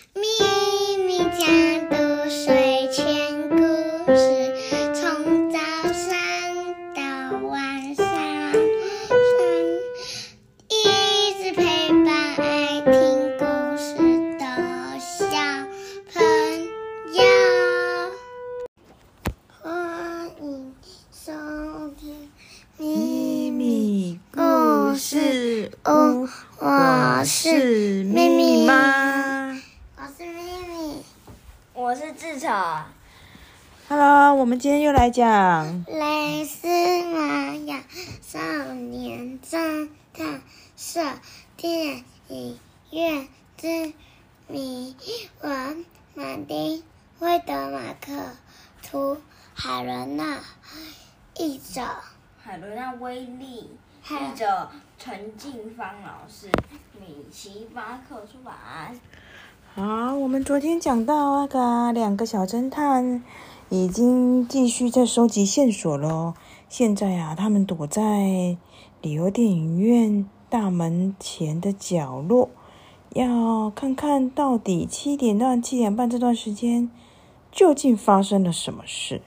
咪咪家的睡前故事，从早上到晚上，一直陪伴爱听故事的小朋友。欢迎收听咪咪故事屋， 我是咪咪妈。 我是咪咪， 我是志草。 Hello， 我们今天又来讲蕾丝玛雅少年侦探社电影院之谜文，马丁·惠德马克，图海伦娜，译者海伦娜·威利，译者陈静芳老师，米奇巴克出版。 好，我们昨天讲到那个两个小侦探已经继续在收集线索咯。现在啊，他们躲在里欧电影院大门前的角落，要看看到底7点到7点半这段时间究竟发生了什么事。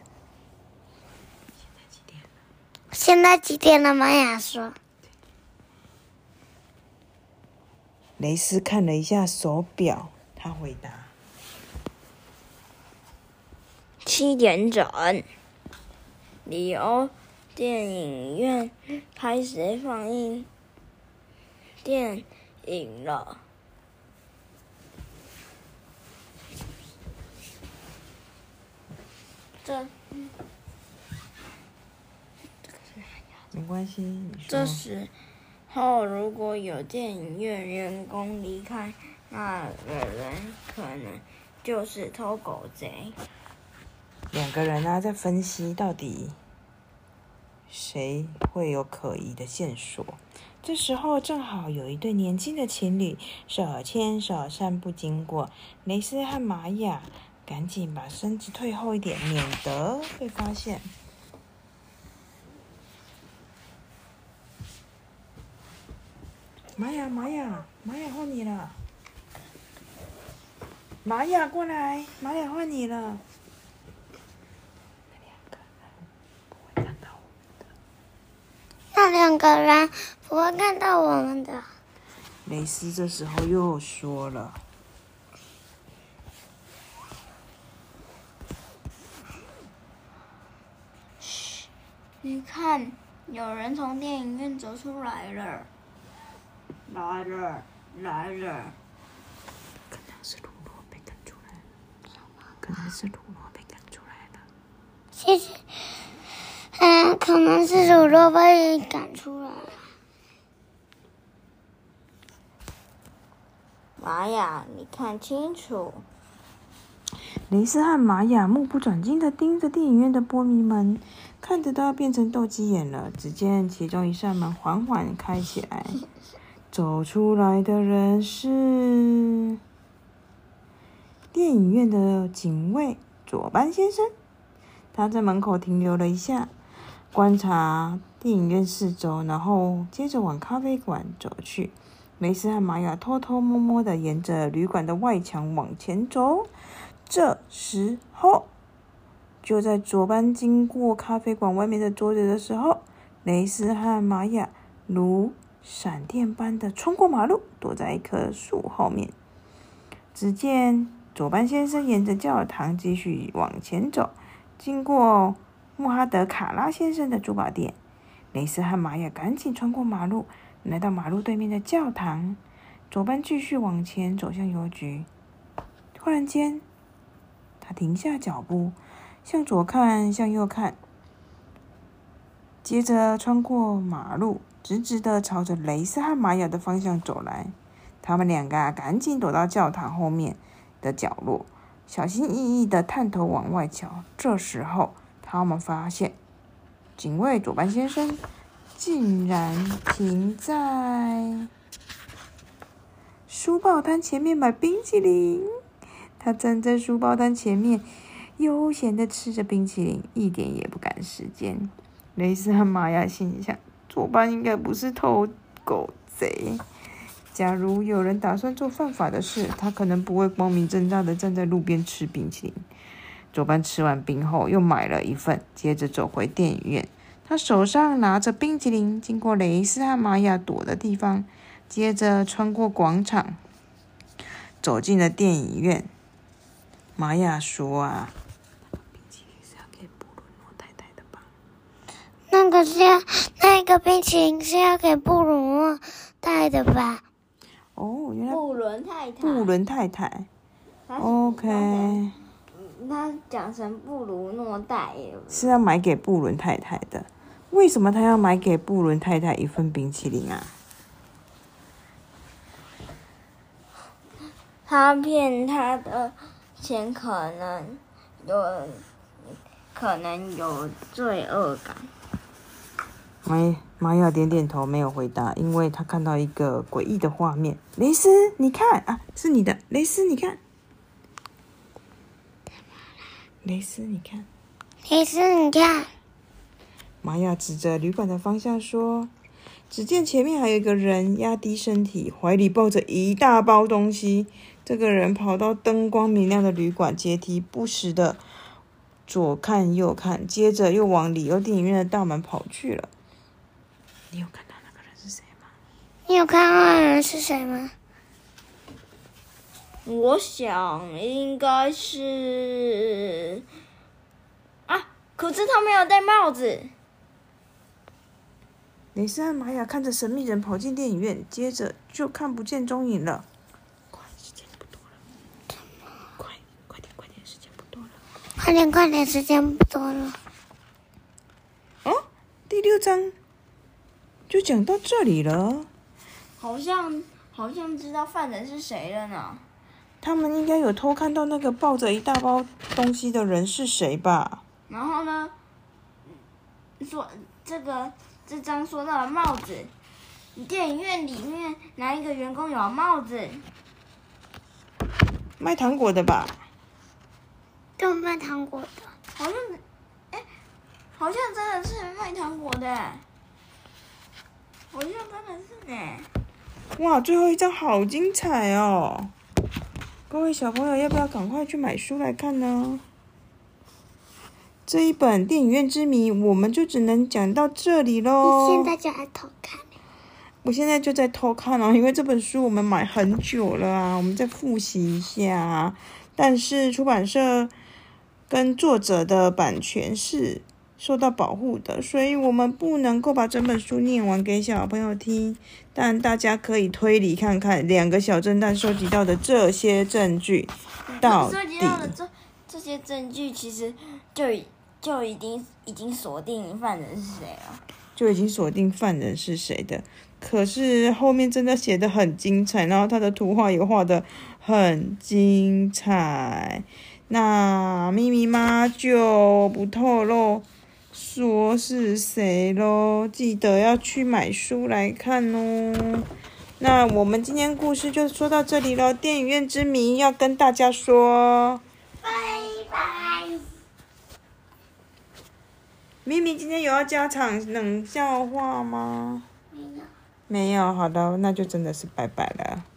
现在几点了？玛雅说。 雷斯看了一下手表，他回答 7点整，里欧电影院开始放映电影了。 没关系，你说。 这时候，如果有电影院员工离开，那个人可能就是偷狗贼。 两个人啊，在分析到底谁会有可疑的线索。这时候正好有一对年轻的情侣手牵手散步经过，雷斯和玛雅赶紧把身子退后一点，免得被发现。玛雅，换你了。玛雅，过来，玛雅换你了。 那两个人不会看到我们的。 雷斯这时候又说了：“ 嘘，你看，有人从电影院走出来了。来了。 可能是鲁诺被赶出来了。 谢谢。可能是鲁洛被赶出来了。 玛雅，你看清楚。” 雷斯和玛雅目不转睛地盯着电影院的玻璃门，看着都要变成斗鸡眼了。只见其中一扇门缓缓开起来，走出来的人是电影院的警卫佐班先生。他在门口停留了一下，观察电影院四周，然后接着往咖啡馆走去。雷斯和玛雅偷偷摸摸地沿着旅馆的外墙往前走。这时候，就在佐班经过咖啡馆外面的桌子的时候，雷斯和玛雅如闪电般的冲过马路，躲在一棵树后面。只见佐班先生沿着教堂继续往前走，经过穆哈德卡拉先生的珠宝店。雷斯和玛雅赶紧穿过马路，来到马路对面的教堂。佐班继续往前走向邮局。突然间，他停下脚步，向左看，向右看，接着穿过马路，直直地朝着雷斯和玛雅的方向走来。他们两个赶紧躲到教堂后面的角落，小心翼翼地探头往外瞧。这时候，他们发现警卫佐班先生竟然停在书报摊前面买冰淇淋。他站在书报摊前面，悠闲地吃着冰淇淋，一点也不赶时间。雷斯和玛雅心想，佐班应该不是偷狗贼， 假如有人打算做犯法的事，他可能不会光明正大的站在路边吃冰淇淋。佐班吃完冰后，又买了一份，接着走回电影院。他手上拿着冰淇淋，经过蕾丝和玛雅躲的地方，接着穿过广场，走进了电影院。玛雅说啊，冰淇淋是要给布鲁诺太太的吧？ 那个冰淇淋是要给布鲁诺带的吧？ 哦，原来布伦太太。 布伦太太。OK。 他讲成布鲁诺带是要买给布伦太太的。为什么他要买给布伦太太一份冰淇淋啊？ 他骗他的钱可能有罪恶感。 玛雅点点头，没有回答，因为他看到一个诡异的画面。蕾丝，你看啊，是你的。蕾丝，你看。蕾丝，你看。 蕾丝，你看。 玛雅指着旅馆的方向说：“只见前面还有一个人压低身体，怀里抱着一大包东西。这个人跑到灯光明亮的旅馆阶梯，不时的左看右看，接着又往里欧电影院的大门跑去了。你有看到那个人是谁吗？ 你有看到那个人是谁吗？ 我想应该是啊，可是他没有戴帽子。” 蕾丝和玛雅看着神秘人跑进电影院，接着就看不见踪影了。快，时间不多了。快点，时间不多了。 快点，时间不多了。 哦，第6章就讲到这里了。 好像知道犯人是谁了呢。 他们应该有偷看到那个抱着一大包东西的人是谁吧？ 然后呢，说这张说到了帽子，电影院里面哪一个员工有帽子？ 卖糖果的吧？ 就卖糖果的。 好像真的是卖糖果的，好像真的是呢。 哇，最后一章好精彩哦！各位小朋友，要不要赶快去买书来看呢？这一本《电影院之谜》，我们就只能讲到这里咯。 你现在就来偷看。 我现在就在偷看哦，因为这本书我们买很久了啊，我们再复习一下啊。但是出版社跟作者的版权是受到保护的，所以我们不能够把整本书念完给小朋友听。但大家可以推理看看2个小侦探收集到的这些证据，到底收集到的这些证据，其实就已经锁定犯人是谁了。 就已经锁定犯人是谁的。可是后面真的写得很精彩，然后他的图画也画得很精彩。那咪咪妈就不透露说是谁咯，记得要去买书来看哦。那我们今天故事就说到这里咯，电影院之谜要跟大家说拜拜。 咪咪今天有要加场冷笑话吗？ 没有。 没有，好的，那就真的是拜拜了。